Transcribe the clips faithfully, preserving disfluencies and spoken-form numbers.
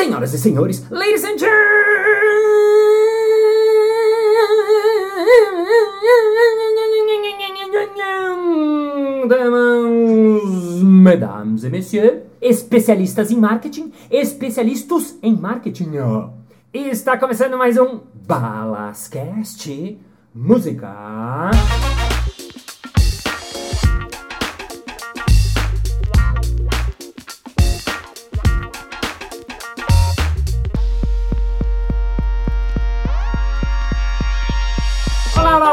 Senhoras e senhores, ladies and gentlemen, mesdames et messieurs, especialistas em marketing, especialistas em marketing. E está começando mais um Balascast Música. Olá, olá,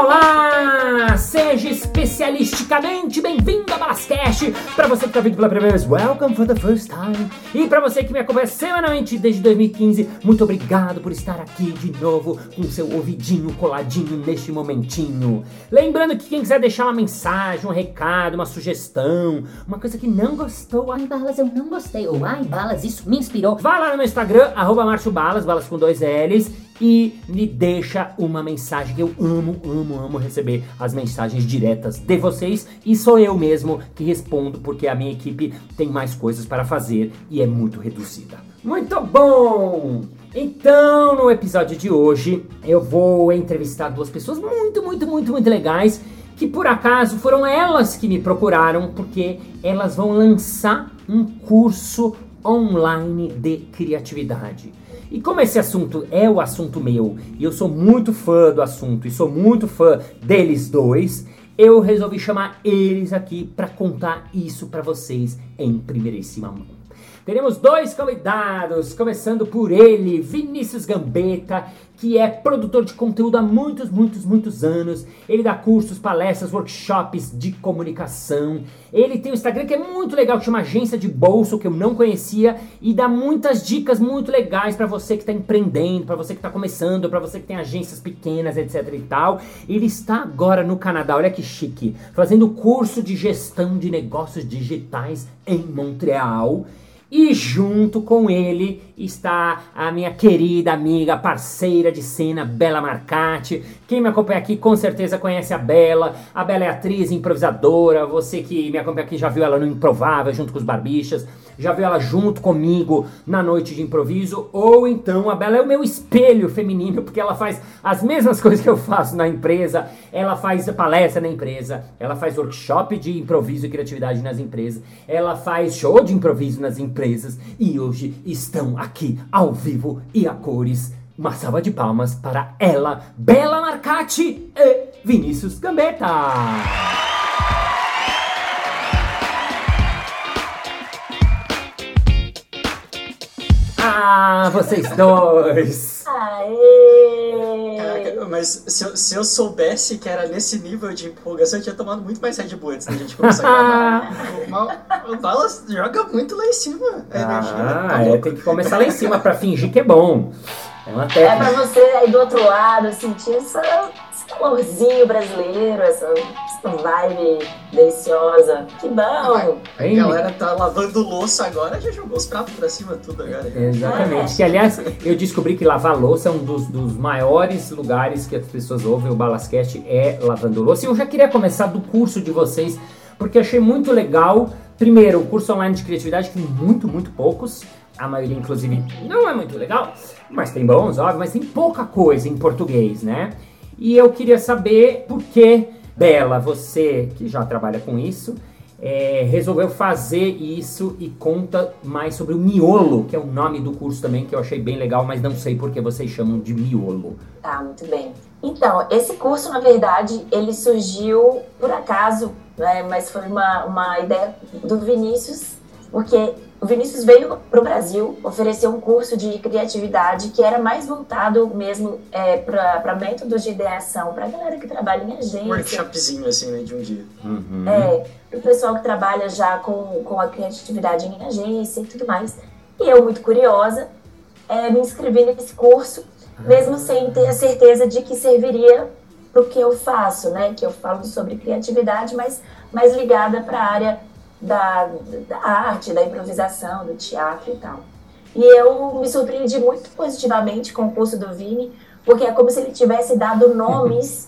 olá! Seja especialisticamente bem-vindo a Balascast. Para você que está vindo pela primeira vez, welcome for the first time. E para você que me acompanha semanalmente desde dois mil e quinze, muito obrigado por estar aqui de novo com seu ouvidinho coladinho neste momentinho. Lembrando que quem quiser deixar uma mensagem, um recado, uma sugestão, uma coisa que não gostou, ai Balas, eu não gostei, ou ai Balas, isso me inspirou, vá lá no meu Instagram, arroba Márcio Balas, Balas com dois L's, e me deixa uma mensagem, que eu amo, amo, amo receber as mensagens diretas de vocês, e sou eu mesmo que respondo, porque a minha equipe tem mais coisas para fazer e é muito reduzida. Muito bom! Então, no episódio de hoje, eu vou entrevistar duas pessoas muito, muito, muito, muito legais, que por acaso foram elas que me procuraram, porque elas vão lançar um curso online de criatividade. E como esse assunto é o assunto meu, e eu sou muito fã do assunto, e sou muito fã deles dois, eu resolvi chamar eles aqui para contar isso para vocês em primeiríssima mão. Teremos dois convidados, começando por ele, Vinícius Gambetta, que é produtor de conteúdo há muitos, muitos, muitos anos. Ele dá cursos, palestras, workshops de comunicação. Ele tem um Instagram que é muito legal, que chama Agência de Bolso, que eu não conhecia, e dá muitas dicas muito legais para você que está empreendendo, para você que está começando, para você que tem agências pequenas, etc e tal. Ele está agora no Canadá, olha que chique, fazendo curso de gestão de negócios digitais em Montreal. E junto com ele está a minha querida amiga, parceira de cena, Bela Marcati. Quem me acompanha aqui com certeza conhece a Bela. A Bela é atriz, improvisadora. Você que me acompanha aqui já viu ela no Improvável, junto com os Barbichas. Já viu ela junto comigo na Noite de Improviso. Ou então a Bela é o meu espelho feminino, porque ela faz as mesmas coisas que eu faço na empresa. Ela faz palestra na empresa. Ela faz workshop de improviso e criatividade nas empresas. Ela faz show de improviso nas empresas. E hoje estão aqui ao vivo e a cores. Uma salva de palmas para ela, Bela Marcati e Vinícius Gambetta. Ah, vocês dois! Aê! Caraca, mas se eu, se eu soubesse que era nesse nível de empolgação, eu tinha tomado muito mais Red Bull antes da gente começar a gravar. O Balas joga muito lá em cima. A energia, ah, tá é, tem que começar lá em cima pra fingir que é bom. É uma técnica. É pra você aí do outro lado sentir essa, esse calorzinho brasileiro, essa, essa vibe deliciosa. Que bom! A galera tá lavando louça agora, já jogou os pratos pra cima tudo agora. Exatamente. É. Que, aliás, eu descobri que lavar louça é um dos, dos maiores lugares que as pessoas ouvem o Balascast, é lavando louça. E eu já queria começar do curso de vocês, porque achei muito legal. Primeiro, o curso online de criatividade, que tem muito, muito poucos. A maioria, inclusive, não é muito legal, mas tem bons, óbvio, mas tem pouca coisa em português, né? E eu queria saber por que, Bela, você que já trabalha com isso, é, resolveu fazer isso e conta mais sobre o miolo, que é o nome do curso também, que eu achei bem legal, mas não sei por que vocês chamam de miolo. Tá, muito bem. Então, esse curso, na verdade, ele surgiu por acaso, né, mas foi uma, uma ideia do Vinícius, porque o Vinícius veio para o Brasil oferecer um curso de criatividade que era mais voltado mesmo é, para métodos de ideação, para a galera que trabalha em agência. Um workshopzinho assim, né, de um dia. Uhum. É, para o pessoal que trabalha já com, com a criatividade em agência e tudo mais. E eu, muito curiosa, é, me inscrevi nesse curso, mesmo sem ter a certeza de que serviria para o que eu faço, né? Que eu falo sobre criatividade, mas mais ligada para a área Da, da arte, da improvisação, do teatro e tal. E eu me surpreendi muito positivamente com o curso do Vini, porque é como se ele tivesse dado nomes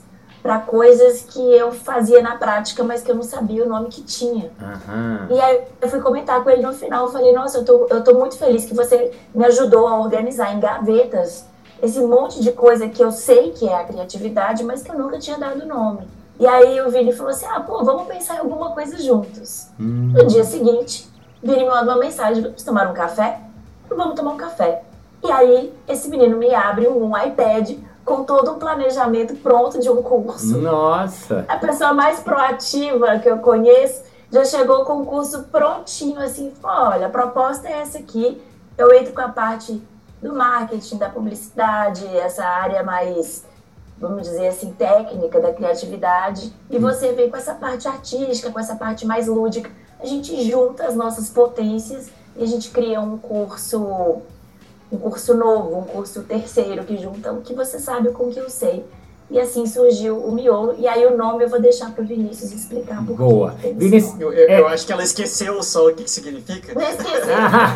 para coisas que eu fazia na prática, mas que eu não sabia o nome que tinha. Uhum. E aí eu fui comentar com ele no final, eu falei, nossa, eu tô, eu tô muito feliz que você me ajudou a organizar em gavetas esse monte de coisa que eu sei que é a criatividade, mas que eu nunca tinha dado nome. E aí o Vini falou assim, ah, pô, vamos pensar em alguma coisa juntos. Hum. No dia seguinte, Vini me manda uma mensagem, vamos tomar um café? Vamos tomar um café. E aí esse menino me abre um iPad com todo um planejamento pronto de um curso. Nossa! A pessoa mais proativa que eu conheço já chegou com o curso prontinho, assim, olha, a proposta é essa aqui, eu entro com a parte do marketing, da publicidade, essa área mais, vamos dizer assim, técnica da criatividade, e você vem com essa parte artística, com essa parte mais lúdica. A gente junta as nossas potências e a gente cria um curso, um curso novo, um curso terceiro que junta o que você sabe com o que eu sei. E assim surgiu o Miolo. E aí o nome eu vou deixar para o Vinícius explicar. Por Boa. Vinícius, eu, eu, é... eu acho que ela esqueceu só o que, que significa. Não esqueci.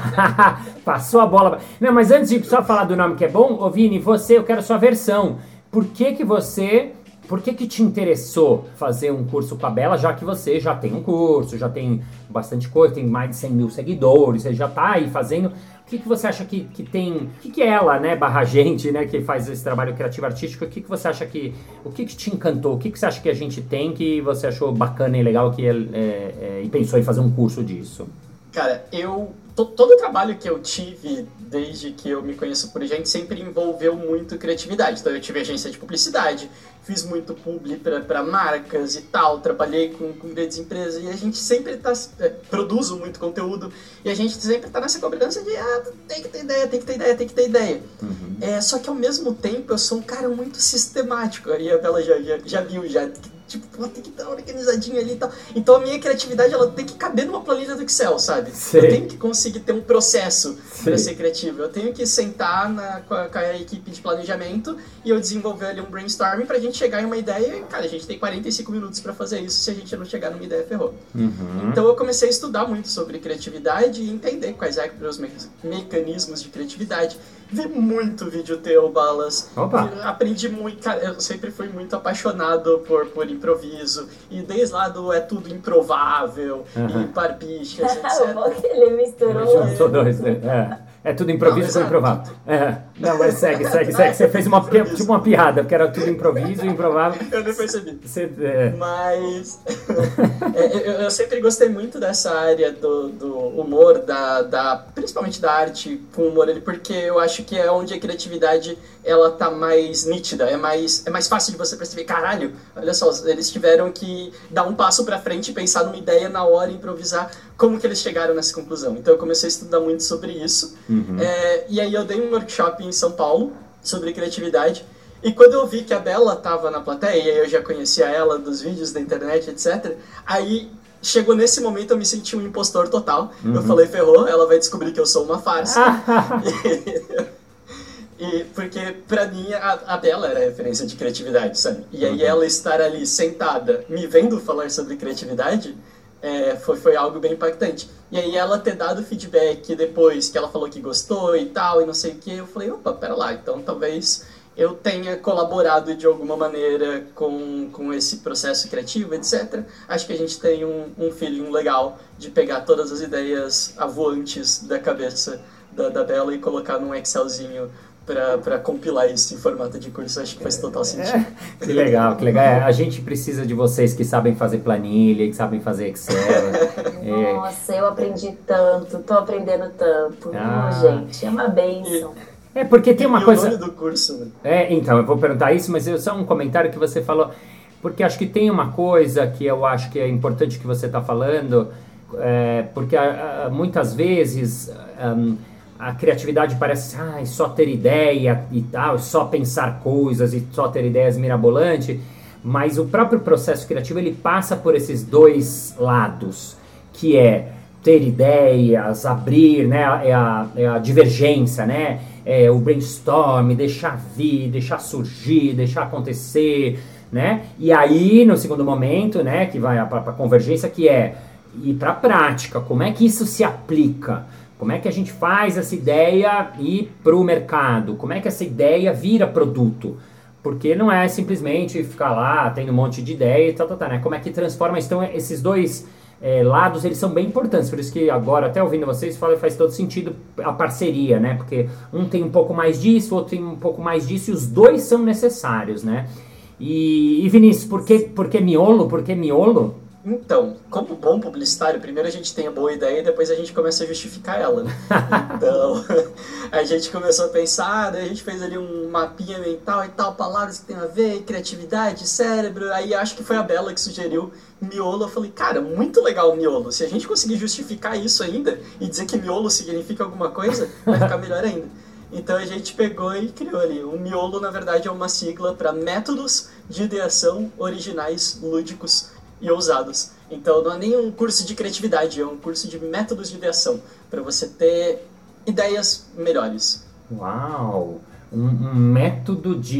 Passou a bola. Não, mas antes de só falar do nome que é bom, ô Vini, você, eu quero a sua versão. Por que que você... Por que que te interessou fazer um curso com a Bela, já que você já tem um curso, já tem bastante coisa, tem mais de cem mil seguidores, você já tá aí fazendo... O que que você acha que, que tem... O que que ela, né, barra gente, né, que faz esse trabalho criativo artístico, o que que você acha que... O que que te encantou? O que que você acha que a gente tem que você achou bacana e legal que é, é, e pensou em fazer um curso disso? Cara, eu... Todo o trabalho que eu tive desde que eu me conheço por gente sempre envolveu muito criatividade. Então eu tive agência de publicidade, fiz muito publi para marcas e tal, trabalhei com, com grandes empresas e a gente sempre tá, é, produz muito conteúdo e a gente sempre tá nessa cobrança de ah, tem que ter ideia, tem que ter ideia, tem que ter ideia. Uhum. É, só que ao mesmo tempo eu sou um cara muito sistemático, aí a Bela já, já, já viu, já... Tipo, pô, tem que estar organizadinho ali e tal. Então a minha criatividade, ela tem que caber numa planilha do Excel, sabe? Sei. Eu tenho que conseguir ter um processo para ser criativo. Eu tenho que sentar na, com, a, com a equipe de planejamento e eu desenvolver ali um brainstorming pra gente chegar em uma ideia. E, cara, a gente tem quarenta e cinco minutos para fazer isso. Se a gente não chegar numa ideia, ferrou. Uhum. Então eu comecei a estudar muito sobre criatividade e entender quais eram os me- mecanismos de criatividade. Vi muito vídeo teu, Balas. Opa. Aprendi muito, cara, eu sempre fui muito apaixonado por, por improviso. E desde lá do é tudo improvável, uhum. e barbichas, etcétera. O que ele misturou. Juntou dois, né? É. É tudo improviso com improvável. É. Não, mas segue, segue, segue. Você fez uma, tipo uma piada, porque era tudo improviso e improvável. Eu não percebi. Você, é. Mas é, eu, eu sempre gostei muito dessa área do, do humor, da, da, principalmente da arte com humor, porque eu acho que é onde a criatividade ela tá mais nítida, é mais, é mais fácil de você perceber. Caralho, olha só, eles tiveram que dar um passo pra frente, pensar numa ideia na hora e improvisar. Como que eles chegaram nessa conclusão? Então eu comecei a estudar muito sobre isso. Uhum. É, e aí eu dei um workshop em São Paulo sobre criatividade. E quando eu vi que a Bela estava na plateia, e eu já conhecia ela dos vídeos da internet, etcétera. Aí chegou nesse momento eu me senti um impostor total. Uhum. Eu falei, ferrou, ela vai descobrir que eu sou uma farsa. e, e, porque pra mim a, a Bela era a referência de criatividade, sabe? E aí ela estar ali sentada, me vendo falar sobre criatividade... É, foi, foi algo bem impactante. E aí ela ter dado feedback depois que ela falou que gostou e tal, e não sei o que, eu falei, opa, pera lá, então talvez eu tenha colaborado de alguma maneira com, com esse processo criativo, etcétera. Acho que a gente tem um, um feeling legal de pegar todas as ideias avoantes da cabeça da, da Bela e colocar num Excelzinho para compilar isso em formato de curso. Acho que faz total sentido. É, que legal, que legal. É, a gente precisa de vocês que sabem fazer planilha, que sabem fazer Excel. É. Nossa, eu aprendi tanto, tô aprendendo tanto. Ah. Viu, gente? É uma bênção. É, porque tem uma e coisa... o nome do curso, né? É, então, eu vou perguntar isso, mas eu, só um comentário que você falou, porque acho que tem uma coisa que eu acho que é importante que você está falando, é, porque a, a, muitas vezes... Um, a criatividade parece ah, só ter ideia e tal, só pensar coisas e só ter ideias mirabolantes, mas o próprio processo criativo ele passa por esses dois lados, que é ter ideias, abrir, né, é a, é a divergência, né, é o brainstorm, deixar vir, deixar surgir, deixar acontecer, né, e aí no segundo momento, né, que vai para a convergência, que é ir para a prática, como é que isso se aplica? Como é que a gente faz essa ideia ir para o mercado? Como é que essa ideia vira produto? Porque não é simplesmente ficar lá tendo um monte de ideia e tal, tal, tal, né? Como é que transforma? Então, esses dois é, lados, eles são bem importantes. Por isso que agora, até ouvindo vocês, fala, faz todo sentido a parceria, né? Porque um tem um pouco mais disso, o outro tem um pouco mais disso, e os dois são necessários, né? E, e Vinícius, por que, por que miolo? Por que miolo? Então, como bom publicitário, primeiro a gente tem a boa ideia e depois a gente começa a justificar ela, né? Então, a gente começou a pensar, daí a gente fez ali um mapinha mental e tal, palavras que tem a ver, criatividade, cérebro, aí acho que foi a Bela que sugeriu miolo. Eu falei, cara, muito legal o miolo, se a gente conseguir justificar isso ainda e dizer que miolo significa alguma coisa, vai ficar melhor ainda. Então a gente pegou e criou ali. O miolo, na verdade, é uma sigla para métodos de ideação originais, lúdicos e ousados. Então não é nem um curso de criatividade, é um curso de métodos de ideação, para você ter ideias melhores. Uau! Um, um método de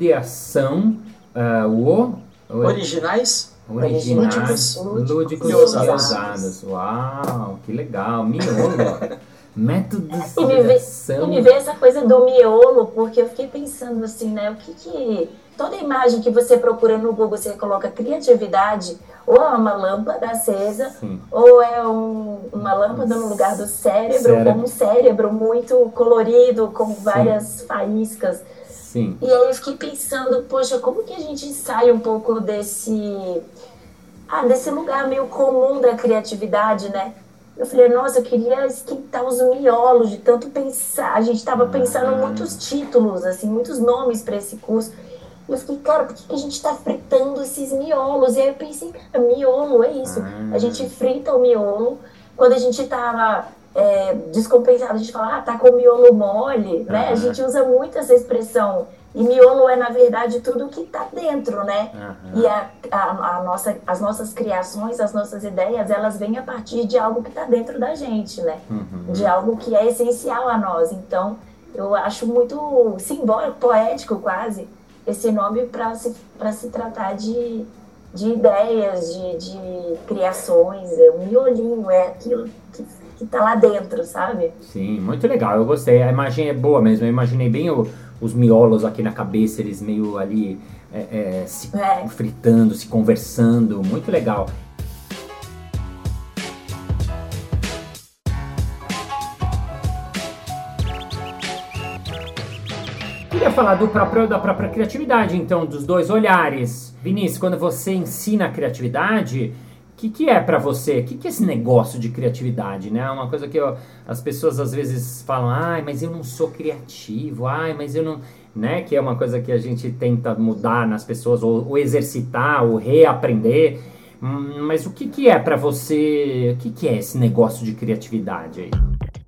ideação uh, o... originais, originais, lúdicos, lúdicos e ousados. Uau, que legal! Miolo! Métodos de ideação. E me vê essa coisa do miolo, porque eu fiquei pensando assim, né? O que que... Toda imagem que você procura no Google, você coloca criatividade, ou é uma lâmpada acesa, Sim. ou é um, uma lâmpada no lugar do cérebro, cérebro, ou um cérebro muito colorido, com várias Sim. faíscas. Sim. E aí eu fiquei pensando, poxa, como que a gente sai um pouco desse, ah, desse lugar meio comum da criatividade, né? Eu falei, nossa, eu queria esquentar os miolos de tanto pensar. A gente estava pensando em muitos títulos, assim, muitos nomes para esse curso. Eu fiquei, cara, por que a gente tá fritando esses miolos? E aí eu pensei, cara, miolo é isso. A gente frita o miolo. Quando a gente tava é, descompensado, a gente fala, ah, tá com o miolo mole, né? A gente usa muito essa expressão. E miolo é, na verdade, tudo que tá dentro, né? E a, a, a nossa, as nossas criações, as nossas ideias, elas vêm a partir de algo que tá dentro da gente, né? De algo que é essencial a nós. Então, eu acho muito simbólico, poético quase, esse nome para se, para se tratar de, de ideias, de, de criações. É um miolinho, é aquilo que, que tá lá dentro, sabe? Sim, muito legal, eu gostei. A imagem é boa mesmo, eu imaginei bem o, os miolos aqui na cabeça, eles meio ali é, é, se é. fritando, se conversando, muito legal. Queria falar do próprio, da própria criatividade, então, dos dois olhares. Vinícius, quando você ensina a criatividade, o que, que é pra você? O que, que é esse negócio de criatividade, né? Uma coisa que eu, as pessoas às vezes falam, ai, mas eu não sou criativo, ai, mas eu não... Né? Que é uma coisa que a gente tenta mudar nas pessoas, ou, ou exercitar, ou reaprender. Hum, mas o que, que é pra você? O que, que é esse negócio de criatividade aí?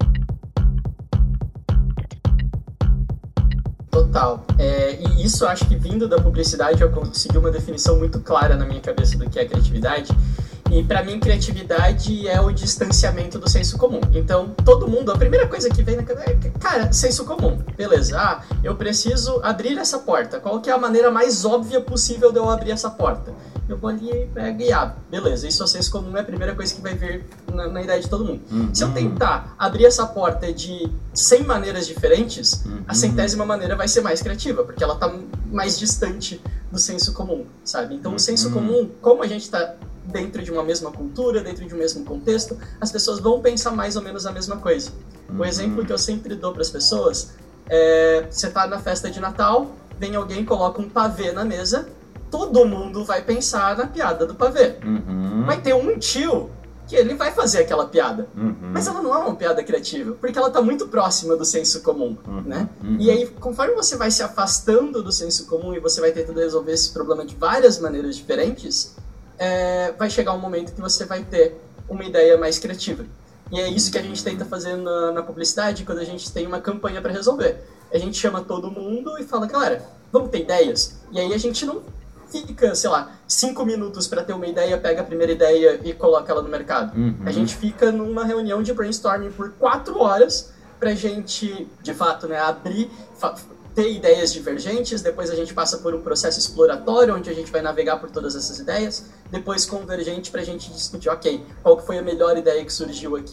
Total. É, e isso, acho que vindo da publicidade, eu consegui uma definição muito clara na minha cabeça do que é criatividade. E para mim, criatividade é o distanciamento do senso comum. Então, todo mundo, a primeira coisa que vem na cabeça é, cara, senso comum. Beleza, ah, eu preciso abrir essa porta. Qual que é a maneira mais óbvia possível de eu abrir essa porta? Eu vou ali, pego e abro. Beleza, isso é o senso comum, é a primeira coisa que vai vir na, na ideia de todo mundo. Uhum. Se eu tentar abrir essa porta de cem maneiras diferentes, uhum. a centésima maneira vai ser mais criativa, porque ela tá mais distante do senso comum, sabe? Então, uhum. o senso comum, como a gente tá dentro de uma mesma cultura, dentro de um mesmo contexto, as pessoas vão pensar mais ou menos a mesma coisa. Uhum. O exemplo que eu sempre dou para as pessoas é, você tá na festa de Natal, vem alguém, coloca um pavê na mesa, todo mundo vai pensar na piada do pavê. Uhum. Vai ter um tio que ele vai fazer aquela piada, uhum. mas ela não é uma piada criativa, porque ela tá muito próxima do senso comum, uhum. né? Uhum. E aí, conforme você vai se afastando do senso comum e você vai tentando resolver esse problema de várias maneiras diferentes, É, vai chegar um momento que você vai ter uma ideia mais criativa. E é isso que a gente tenta fazer na, na publicidade quando a gente tem uma campanha para resolver. A gente chama todo mundo e fala, galera, vamos ter ideias? E aí a gente não fica, sei lá, cinco minutos para ter uma ideia, pega a primeira ideia e coloca ela no mercado. Uhum. A gente fica numa reunião de brainstorming por quatro horas pra gente, de fato, né, abrir... ter ideias divergentes, depois a gente passa por um processo exploratório, onde a gente vai navegar por todas essas ideias, depois convergente para a gente discutir, ok, qual que foi a melhor ideia que surgiu aqui.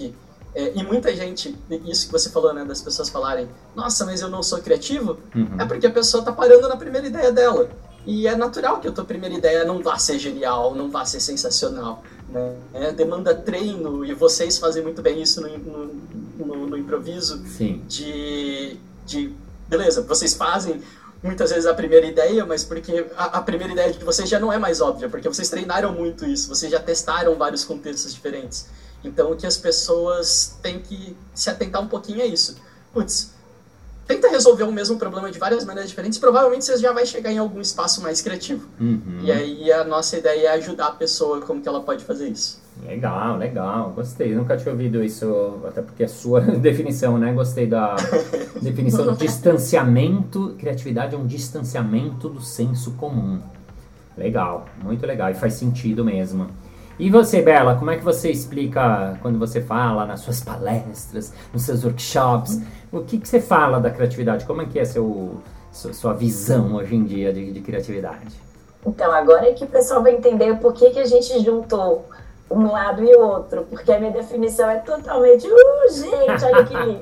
É, e muita gente, isso que você falou, né, das pessoas falarem, nossa, mas eu não sou criativo, uhum. é porque a pessoa tá parando na primeira ideia dela. E é natural que a tua primeira ideia não vá ser genial, não vá ser sensacional, né? É, demanda treino, e vocês fazem muito bem isso no, no, no, no improviso. Sim. De, de, beleza, vocês fazem muitas vezes a primeira ideia, mas porque a, a primeira ideia de vocês já não é mais óbvia, porque vocês treinaram muito isso, vocês já testaram vários contextos diferentes. Então, o que as pessoas têm que se atentar um pouquinho é isso. Putz, tenta resolver o mesmo problema de várias maneiras diferentes, provavelmente você já vai chegar em algum espaço mais criativo. Uhum. E aí, a nossa ideia é ajudar a pessoa como que ela pode fazer isso. Legal, legal. Gostei. Nunca tinha ouvido isso, até porque é sua definição, né? Gostei da definição de distanciamento. Criatividade é um distanciamento do senso comum. Legal, muito legal. E faz sentido mesmo. E você, Bela, como é que você explica quando você fala nas suas palestras, nos seus workshops? O que, que você fala da criatividade? Como é que é seu, sua visão hoje em dia de, de criatividade? Então, agora é que o pessoal vai entender por que, que a gente juntou um lado e o outro, porque a minha definição é totalmente... Uh, gente, olha que lindo!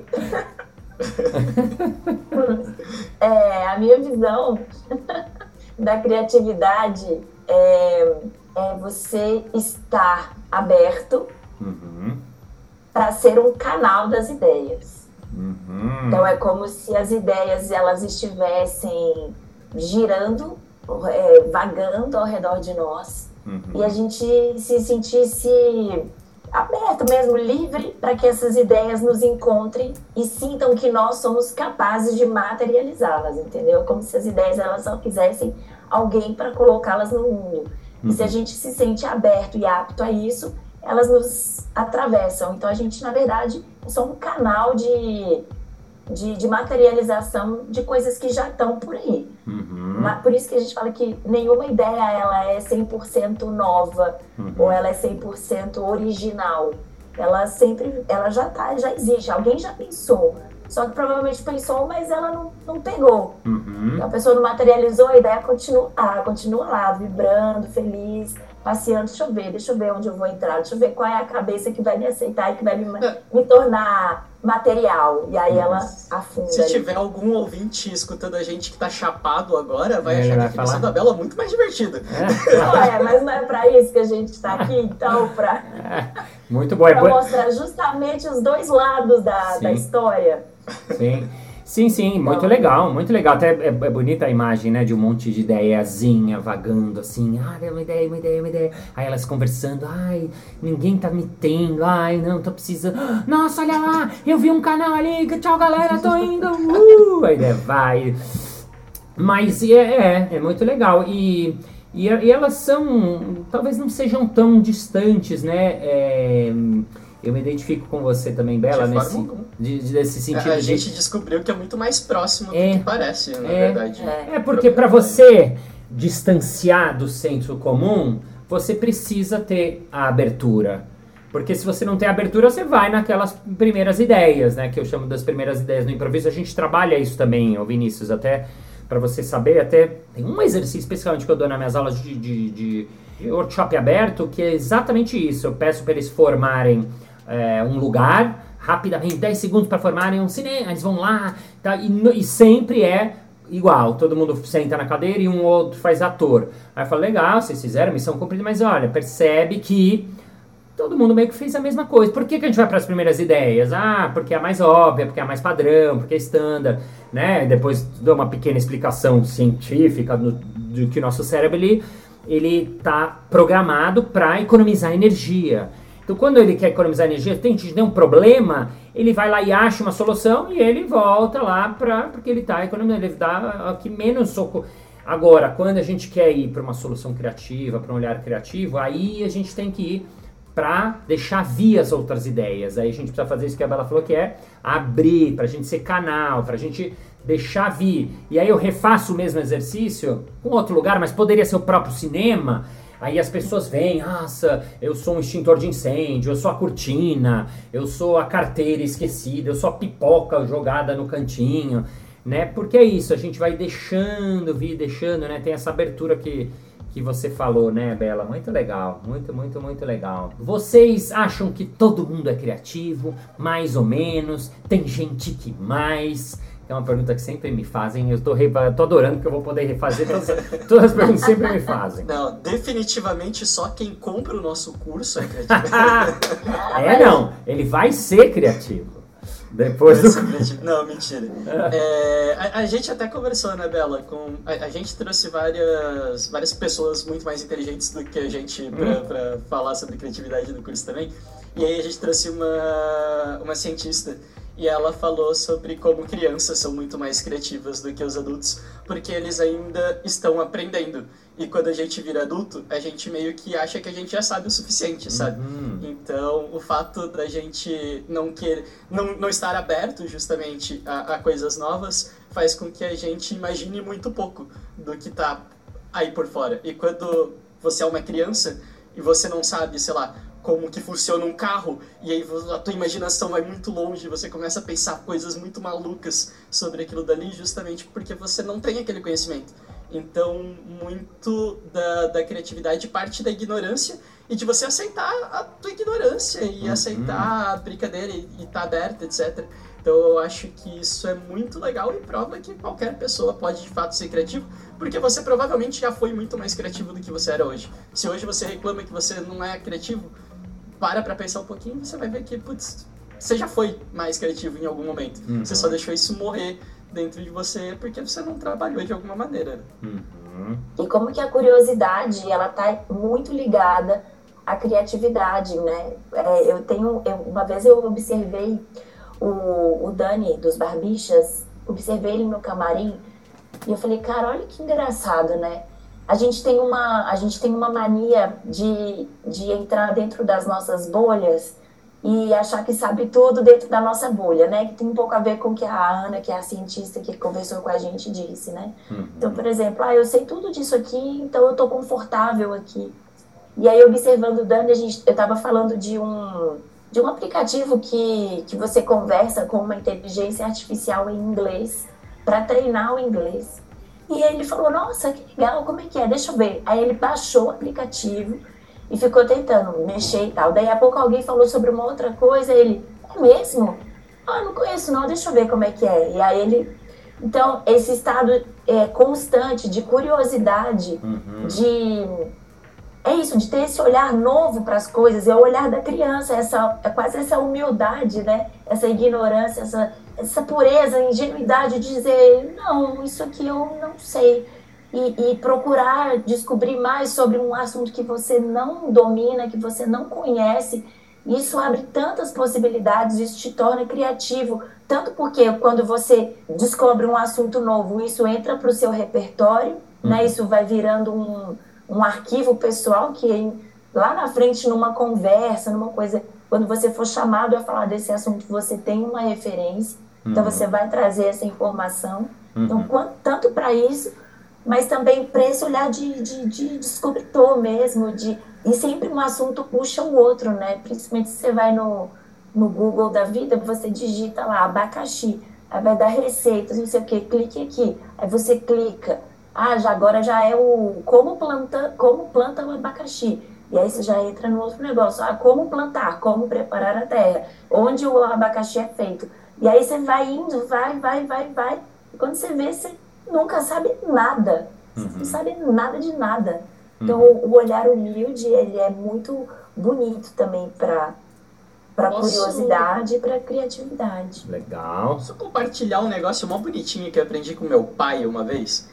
é, a minha visão da criatividade é... é você estar aberto uhum. para ser um canal das ideias. Uhum. Então, é como se as ideias elas estivessem girando, é, vagando ao redor de nós, uhum. e a gente se sentisse aberto mesmo, livre, para que essas ideias nos encontrem e sintam que nós somos capazes de materializá-las, entendeu? Como se as ideias elas só quisessem alguém para colocá-las no mundo. E se a gente se sente aberto e apto a isso, elas nos atravessam. Então, a gente, na verdade, é só um canal de, de, de materialização de coisas que já estão por aí. Uhum. Por isso que a gente fala que nenhuma ideia ela é cem por cento nova, uhum. ou ela é cem por cento original. Ela sempre, ela já tá, já existe, alguém já pensou. Só que provavelmente pensou, mas ela não, não pegou. Uhum. A pessoa não materializou, a ideia continua lá, continua lá, vibrando, feliz, passeando. Deixa eu ver, deixa eu ver onde eu vou entrar, deixa eu ver qual é a cabeça que vai me aceitar e que vai me, me tornar material. E aí uhum. ela afunda. Se tiver algum ouvinte escutando a gente que tá chapado agora, vai é, achar vai que a definição da Bela é muito mais divertida. É. Não é, mas não é pra isso que a gente tá aqui, então, pra, é. Muito bom. pra mostrar justamente os dois lados da, da história. Sim, sim, sim, muito Não. legal, muito legal. Até é, é bonita a imagem, né, de um monte de ideiazinha vagando assim. Ah, é uma ideia, uma ideia, uma ideia. Aí elas conversando, ai, ninguém tá me tendo, ai, não, tô precisando. Nossa, olha lá, eu vi um canal ali, tchau galera, tô indo. Uh! A ideia vai. Mas é, é, é muito legal. E, e, e elas são, talvez não sejam tão distantes, né? É, eu me identifico com você também, Bela, de nesse, de, de, desse sentido. A de... gente descobriu que é muito mais próximo é, do que parece, na é, verdade. É, é porque para você distanciar do senso comum, você precisa ter a abertura. Porque se você não tem abertura, você vai naquelas primeiras ideias, né? Que eu chamo das primeiras ideias no improviso. A gente trabalha isso também, ô Vinícius, até para você saber, até tem um exercício especialmente que eu dou nas minhas aulas de, de, de workshop aberto, que é exatamente isso. Eu peço para eles formarem é, um lugar, rapidamente, dez segundos para formarem um cinema, eles vão lá, tá? e, e sempre é igual, todo mundo senta na cadeira e um outro faz ator. Aí eu falo, legal, vocês fizeram missão cumprida, mas olha, percebe que todo mundo meio que fez a mesma coisa. Por que, que a gente vai para as primeiras ideias? Ah, porque é a mais óbvia, porque é a mais padrão, porque é standard, né? Depois dou uma pequena explicação científica do, do que o nosso cérebro, ele, ele tá programado para economizar energia. Então, quando ele quer economizar energia, tem que ter um problema, ele vai lá e acha uma solução e ele volta lá para porque ele está economizando, ele dá aqui menos socorro. Agora, quando a gente quer ir para uma solução criativa, para um olhar criativo, aí a gente tem que ir para deixar vir as outras ideias. Aí a gente precisa fazer isso que a Bela falou, que é abrir, para a gente ser canal, para a gente deixar vir. E aí eu refaço o mesmo exercício com outro lugar, mas poderia ser o próprio cinema. Aí as pessoas vêm, nossa, eu sou um extintor de incêndio, eu sou a cortina, eu sou a carteira esquecida, eu sou a pipoca jogada no cantinho, né? Porque é isso, a gente vai deixando vir, deixando, né? Tem essa abertura que, que você falou, né, Bela? Muito legal, muito, muito, muito legal. Vocês acham que todo mundo é criativo? Mais ou menos? Tem gente que mais? É uma pergunta que sempre me fazem. Eu tô, reva- tô adorando porque eu vou poder refazer todas, todas as perguntas que sempre me fazem. Não, definitivamente só quem compra o nosso curso é criativo. É, não. Ele vai ser criativo. Depois do... Não, mentira. É, a, a gente até conversou, né, Bela? Com, a, a gente trouxe várias, várias pessoas muito mais inteligentes do que a gente pra, pra falar sobre criatividade no curso também. E aí a gente trouxe uma, uma cientista e ela falou sobre como crianças são muito mais criativas do que os adultos, porque eles ainda estão aprendendo. E quando a gente vira adulto, a gente meio que acha que a gente já sabe o suficiente, sabe? Uhum. Então, o fato da gente não, querer, não, não estar aberto justamente a, a coisas novas faz com que a gente imagine muito pouco do que tá aí por fora. E quando você é uma criança e você não sabe, sei lá, como que funciona um carro, e aí a tua imaginação vai muito longe, você começa a pensar coisas muito malucas sobre aquilo dali, justamente porque você não tem aquele conhecimento. Então, muito da, da criatividade parte da ignorância e de você aceitar a tua ignorância e uhum. aceitar a brincadeira e estar tá aberta, etcétera. Então, eu acho que isso é muito legal e prova que qualquer pessoa pode, de fato, ser criativo, porque você provavelmente já foi muito mais criativo do que você era hoje. Se hoje você reclama que você não é criativo, para pra pensar um pouquinho e você vai ver que, putz, você já foi mais criativo em algum momento. Uhum. Você só deixou isso morrer dentro de você porque você não trabalhou de alguma maneira. Uhum. E como que a curiosidade, ela tá muito ligada à criatividade, né? É, eu tenho, eu, uma vez eu observei o, o Dani dos Barbixas, observei ele no camarim e eu falei, cara, olha que engraçado, né? A gente tem uma, a gente tem uma mania de, de entrar dentro das nossas bolhas e achar que sabe tudo dentro da nossa bolha, né? Que tem um pouco a ver com o que a Ana, que é a cientista que conversou com a gente, disse, né? Uhum. Então, por exemplo, ah, eu sei tudo disso aqui, então eu tô confortável aqui. E aí, observando o Dani, a gente, eu tava falando de um, de um aplicativo que, que você conversa com uma inteligência artificial em inglês para treinar o inglês. E aí ele falou, nossa, que legal, como é que é? Deixa eu ver. Aí ele baixou o aplicativo e ficou tentando mexer e tal. Daí a pouco alguém falou sobre uma outra coisa, ele, é mesmo? Ah, não conheço não, deixa eu ver como é que é. E aí ele... Então, esse estado é, constante de curiosidade, uhum. de... É isso, de ter esse olhar novo para as coisas, é o olhar da criança, essa, é quase essa humildade, né? Essa ignorância, essa, essa pureza, ingenuidade de dizer, não, isso aqui eu não sei. E, e procurar descobrir mais sobre um assunto que você não domina, que você não conhece. Isso abre tantas possibilidades, isso te torna criativo. Tanto porque quando você descobre um assunto novo, isso entra para o seu repertório, uhum. né? Isso vai virando um... um arquivo pessoal que lá na frente, numa conversa, numa coisa, quando você for chamado a falar desse assunto, você tem uma referência, uhum. então você vai trazer essa informação. Uhum. Então, quanto, tanto para isso, mas também para esse olhar de, de, de descobertor mesmo, de, e sempre um assunto puxa o outro, né? Principalmente se você vai no, no Google da vida, você digita lá, abacaxi, aí vai dar receitas, não sei o que, clique aqui, aí você clica. Ah, já, agora já é o como planta, como planta o abacaxi. E aí você já entra no outro negócio. Ah, como plantar, como preparar a terra, onde o abacaxi é feito. E aí você vai indo, vai, vai, vai, vai. E quando você vê, você nunca sabe nada. Você uhum. não sabe nada de nada. Então, uhum. o olhar humilde, ele é muito bonito também para para curiosidade e para criatividade. Legal. Só compartilhar um negócio mó bonitinho que eu aprendi com meu pai uma vez.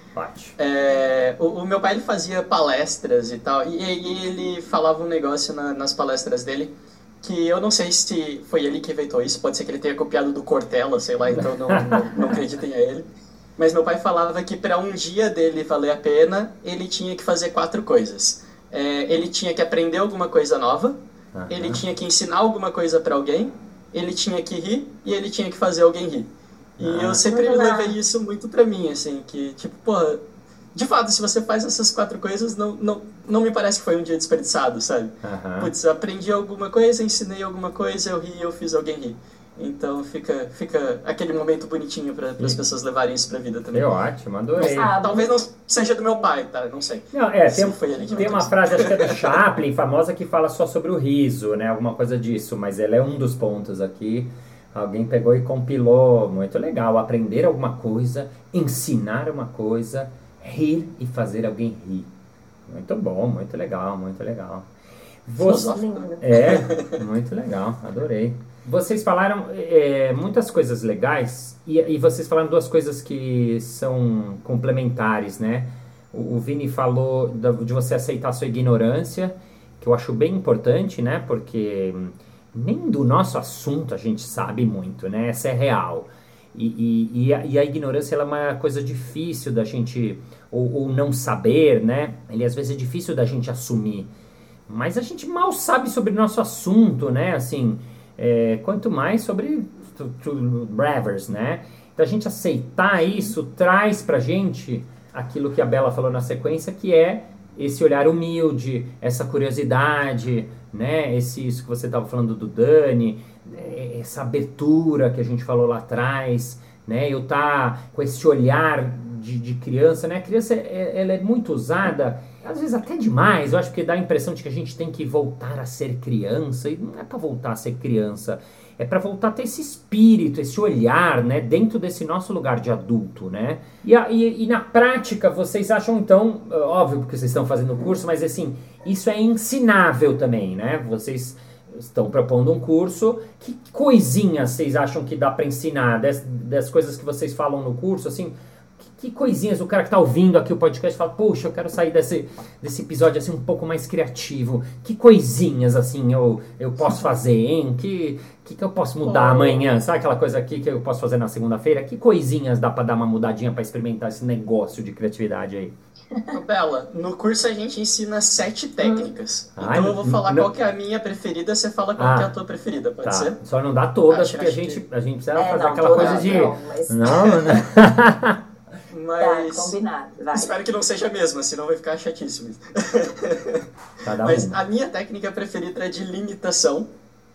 É, o, o meu pai ele fazia palestras e tal, e, e ele falava um negócio na, nas palestras dele que eu não sei se foi ele que inventou isso, pode ser que ele tenha copiado do Cortella, sei lá, então não, não, não acreditem a ele. Mas meu pai falava que para um dia dele valer a pena, ele tinha que fazer quatro coisas. É, ele tinha que aprender alguma coisa nova, uhum. ele tinha que ensinar alguma coisa para alguém, ele tinha que rir e ele tinha que fazer alguém rir. E ah, eu sempre levei isso muito pra mim, assim, que, tipo, porra, de fato, se você faz essas quatro coisas, não, não, não me parece que foi um dia desperdiçado, sabe? Uhum. Putz, eu aprendi alguma coisa, ensinei alguma coisa, eu ri, eu fiz alguém rir. Então fica, fica aquele momento bonitinho para as pessoas levarem isso pra vida também. É ótimo, adorei. Mas, talvez não seja do meu pai, tá? Não sei. Não, é, tem, foi ele que tem uma frase, acho que é do Chaplin, famosa, que fala só sobre o riso, né? Alguma coisa disso, mas ela é um dos pontos aqui. Alguém pegou e compilou. Muito legal. Aprender alguma coisa, ensinar uma coisa, rir e fazer alguém rir. Muito bom, muito legal, muito legal. Você... É, muito legal, adorei. Vocês falaram é, muitas coisas legais e, e vocês falaram duas coisas que são complementares, né? O, o Vini falou da, de você aceitar a sua ignorância, que eu acho bem importante, né? Porque nem do nosso assunto a gente sabe muito, né? Essa é real. E, e, e, a, e a ignorância ela é uma coisa difícil da gente, ou, ou não saber, né? Ele às vezes é difícil da gente assumir. Mas a gente mal sabe sobre o nosso assunto, né? Assim, é, quanto mais sobre Bravers, né? Então a gente aceitar isso traz pra gente aquilo que a Bela falou na sequência, que é esse olhar humilde, essa curiosidade, né? Esse, isso que você estava falando do Dani, essa abertura que a gente falou lá atrás, né? Eu tá com esse olhar de, de criança, né? A criança, ela é muito usada, às vezes até demais, eu acho que dá a impressão de que a gente tem que voltar a ser criança, e não é para voltar a ser criança, é para voltar a ter esse espírito, esse olhar, né, dentro desse nosso lugar de adulto, né? E, a, e, e na prática, vocês acham, então, óbvio, porque vocês estão fazendo o curso, mas assim, isso é ensinável também, né? Vocês estão propondo um curso, que coisinhas vocês acham que dá para ensinar, das, das coisas que vocês falam no curso, assim... Que coisinhas o cara que tá ouvindo aqui o podcast fala, poxa, eu quero sair desse, desse episódio assim um pouco mais criativo. Que coisinhas assim eu, eu posso fazer, hein? Que, que que eu posso mudar oh. amanhã? Sabe aquela coisa aqui que eu posso fazer na segunda-feira? Que coisinhas dá pra dar uma mudadinha pra experimentar esse negócio de criatividade aí? Bela, no curso a gente ensina sete técnicas. Ai, então eu vou falar não... qual que é a minha preferida, você fala qual ah, que é a tua preferida, pode tá. ser? Só não dá todas, acho, porque acho a, gente, que... a gente precisa é, fazer não, aquela coisa não, de... Não, mas... não, né? Mas... Tá, combinado, vai. Espero que não seja a mesma, senão vai ficar chatíssimo. Cada Mas uma. a minha técnica preferida é de limitação,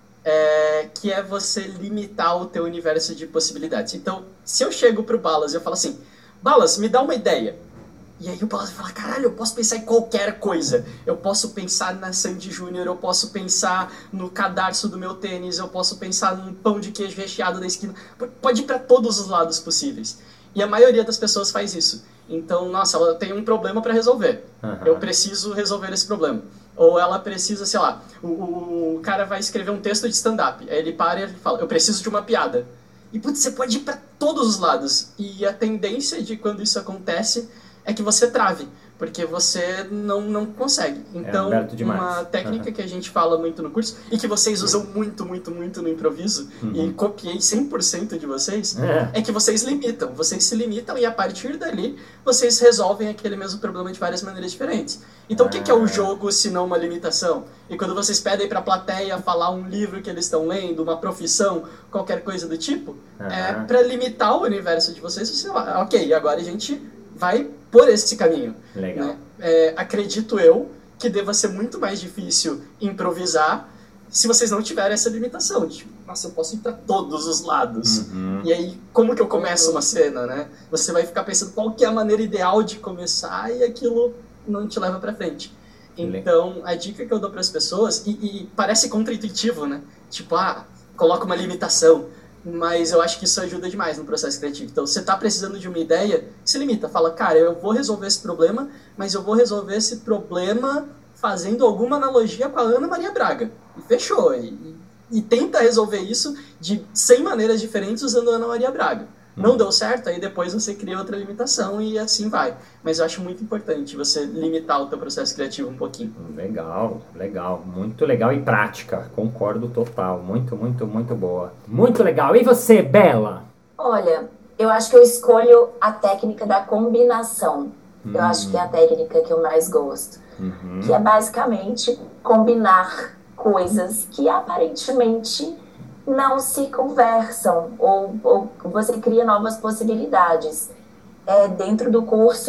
é, que é você limitar o teu universo de possibilidades. Então, se eu chego pro Balas e eu falo assim, Balas, me dá uma ideia. E aí o Balas fala, caralho, eu posso pensar em qualquer coisa. Eu posso pensar na Sandy Júnior, eu posso pensar no cadarço do meu tênis, eu posso pensar num pão de queijo recheado da esquina. Pode ir para todos os lados possíveis. E a maioria das pessoas faz isso. Então, nossa, ela tem um problema para resolver. Uhum. Eu preciso resolver esse problema. Ou ela precisa, sei lá, o, o, o cara vai escrever um texto de stand-up. Aí ele para e ele fala, eu preciso de uma piada. E, putz, você pode ir para todos os lados. E a tendência de quando isso acontece é que você trave, porque você não, não consegue. Então, é uma técnica uhum. que a gente fala muito no curso, e que vocês usam muito, muito, muito no improviso, uhum. e copiei cem por cento de vocês, é. é que vocês limitam. Vocês se limitam e a partir dali, vocês resolvem aquele mesmo problema de várias maneiras diferentes. Então, ah. o que, que é o jogo, se não uma limitação? E quando vocês pedem para a plateia falar um livro que eles estão lendo, uma profissão, qualquer coisa do tipo, uhum. é para limitar o universo de vocês. Você fala, ok, agora a gente... vai por esse caminho. Legal. Né? É, acredito eu que deva ser muito mais difícil improvisar se vocês não tiverem essa limitação. De, tipo, nossa, eu posso ir para todos os lados. Uhum. E aí, como que eu começo uma cena, né? Você vai ficar pensando qual que é a maneira ideal de começar e aquilo não te leva para frente. Então, a dica que eu dou para as pessoas, e, e parece contra-intuitivo, né? Tipo, ah, coloca uma limitação. Mas eu acho que isso ajuda demais no processo criativo. Então, você está precisando de uma ideia, se limita. Fala, cara, eu vou resolver esse problema, mas eu vou resolver esse problema fazendo alguma analogia com a Ana Maria Braga. E fechou. E, e tenta resolver isso de cem maneiras diferentes usando a Ana Maria Braga. Hum. Não deu certo, aí depois você cria outra limitação e assim vai. Mas eu acho muito importante você limitar o teu processo criativo um pouquinho. Legal, legal. Muito legal e prática. Concordo total. Muito, muito, muito boa. Muito legal. E você, Bela? Olha, eu acho que eu escolho a técnica da combinação. Hum. Eu acho que é a técnica que eu mais gosto. Uhum. Que é basicamente combinar coisas que aparentemente não se conversam, ou, ou você cria novas possibilidades. É, dentro do curso,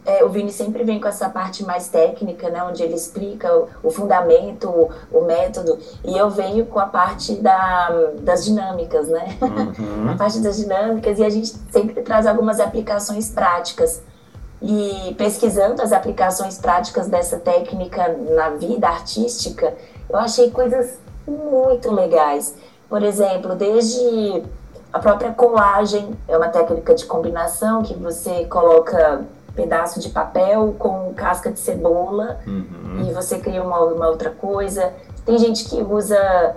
é, o Vini sempre vem com essa parte mais técnica, né, onde ele explica o, o fundamento, o, o método, e eu venho com a parte da, das dinâmicas, né? Uhum. A parte das dinâmicas, e a gente sempre traz algumas aplicações práticas. E pesquisando as aplicações práticas dessa técnica na vida artística, eu achei coisas muito legais. Por exemplo, desde a própria colagem, é uma técnica de combinação que você coloca pedaço de papel com casca de cebola, uhum. e você cria uma, uma outra coisa. Tem gente que usa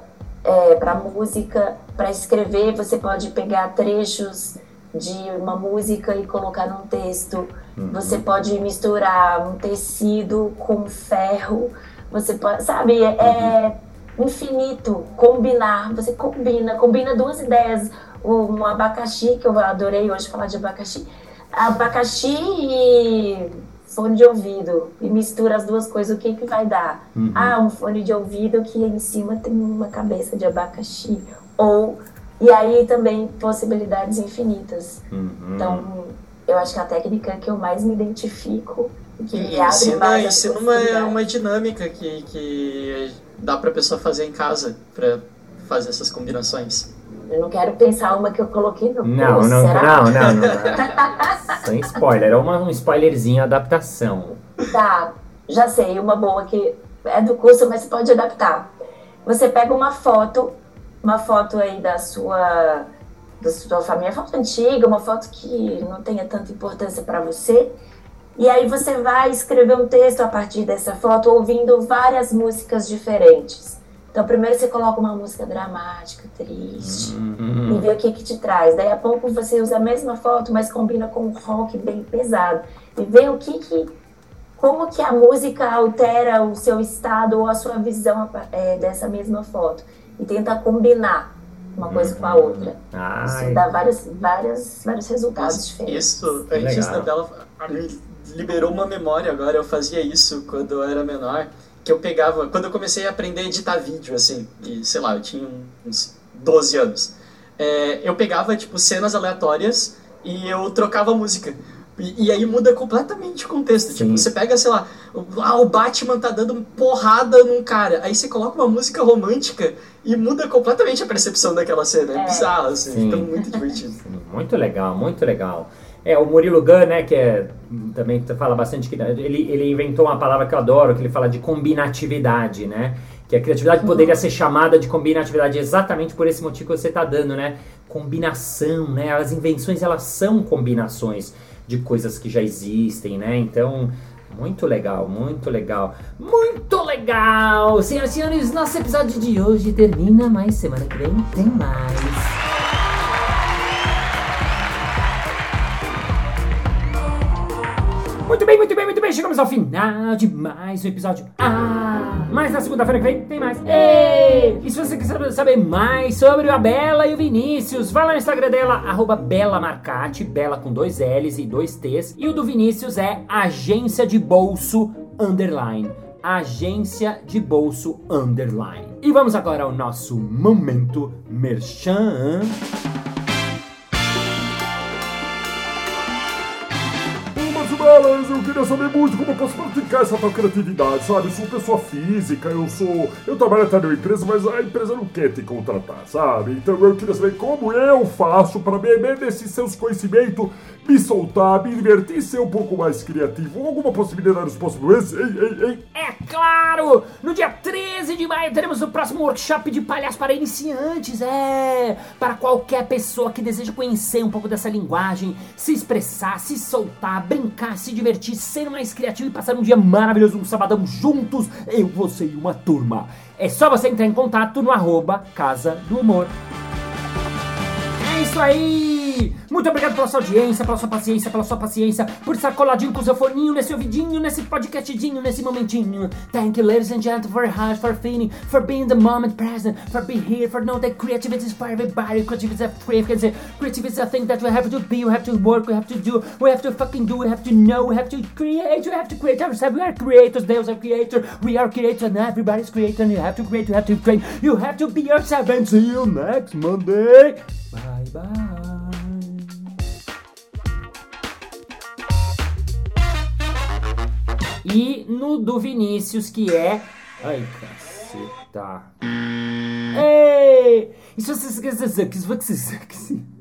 é, para música, para escrever, você pode pegar trechos de uma música e colocar num texto. Uhum. Você pode misturar um tecido com ferro, você pode, sabe, é, é infinito combinar, você combina, combina duas ideias, um abacaxi, que eu adorei hoje falar de abacaxi, abacaxi e fone de ouvido, e mistura as duas coisas, o que que vai dar? Uhum. Ah, um fone de ouvido que em cima tem uma cabeça de abacaxi, ou, e aí também possibilidades infinitas. Uhum. Então, eu acho que a técnica que eu mais me identifico, que me abre ensina, mais ensina uma, uma dinâmica que, que dá pra pessoa fazer em casa, pra fazer essas combinações. Eu não quero pensar uma que eu coloquei no não, curso, não, será? não, não, não. Sem spoiler, é uma, um spoilerzinho, adaptação. Tá, já sei, uma boa que é do curso, mas você pode adaptar. Você pega uma foto, uma foto aí da sua, da sua família, foto antiga, uma foto que não tenha tanta importância para você, e aí você vai escrever um texto a partir dessa foto, ouvindo várias músicas diferentes. Então, primeiro você coloca uma música dramática, triste, uhum. e vê o que que te traz. Daí a pouco você usa a mesma foto, mas combina com um rock bem pesado. E vê o que que, como que a música altera o seu estado ou a sua visão é, dessa mesma foto. E tenta combinar uma coisa uhum. com a outra. Ai. Isso dá várias, várias, vários resultados isso, diferentes. Isso, antes da Bela liberou uma memória agora, eu fazia isso quando eu era menor. Que eu pegava, quando eu comecei a aprender a editar vídeo, assim, e sei lá, eu tinha uns doze anos, é, eu pegava, tipo, cenas aleatórias e eu trocava a música. E, e aí muda completamente o contexto. Sim. Tipo, você pega, sei lá, o, ah, o Batman tá dando porrada num cara, aí você coloca uma música romântica e muda completamente a percepção daquela cena. É, é bizarro, assim, Sim. Fica muito divertido. Sim, muito legal, muito legal. É, o Murilo Gun, né, que é, também fala bastante, que ele, ele inventou uma palavra que eu adoro, que ele fala de combinatividade, né, que a criatividade uhum. poderia ser chamada de combinatividade exatamente por esse motivo que você está dando, né, combinação, né, as invenções, elas são combinações de coisas que já existem, né, então, muito legal, muito legal, muito legal, senhoras e senhores, nosso episódio de hoje termina, mas semana que vem tem mais. Muito bem, muito bem, muito bem. Chegamos ao final de mais um episódio. Ah, mas na segunda-feira que vem tem mais. Ei! E se você quiser saber mais sobre a Bela e o Vinícius, vai lá no Instagram dela, arroba Bela Marcati, Bela com dois L's e dois T's. E o do Vinícius é Agência de Bolso Underline. Agência de Bolso Underline. E vamos agora ao nosso Momento Merchan. Belas, eu queria saber muito como eu posso praticar essa tal criatividade, sabe? Eu sou pessoa física, eu sou... Eu trabalho até numa empresa, mas a empresa não quer te contratar, sabe? Então eu queria saber como eu faço para beber desses seus conhecimentos, me soltar, me divertir e ser um pouco mais criativo. Alguma possibilidade dos próximos meses? Ei, ei, ei! É claro! No dia treze de maio teremos o próximo workshop de palhaço para iniciantes, é! Para qualquer pessoa que deseja conhecer um pouco dessa linguagem, se expressar, se soltar, brincar, se divertir, ser mais criativo e passar um dia maravilhoso, um sabadão juntos, eu, você e uma turma. É só você entrar em contato no arroba Casa do Humor. É isso aí! Muito obrigado pela sua audiência, pela sua paciência, pela sua paciência, por estar coladinho com o seu foninho, nesse ouvidinho, nesse podcastzinho, nesse momentinho. Thank you, ladies and gentlemen, for heart, for feeling, for being the moment present, for being here, for knowing that creativity is for everybody. Creativity is a frequency. Creativity is a thing that we have to be, we have to work, we have to do, we have to fucking do, we have to know, we have to create, we have to create ourselves. We are creators, Deus are creator, we are creators, and everybody's creator, and you have to create, you have to train, you have to be yourself, and see you next Monday. Bye bye. E no do Vinícius, que é... Ai, caceta. Ei! Isso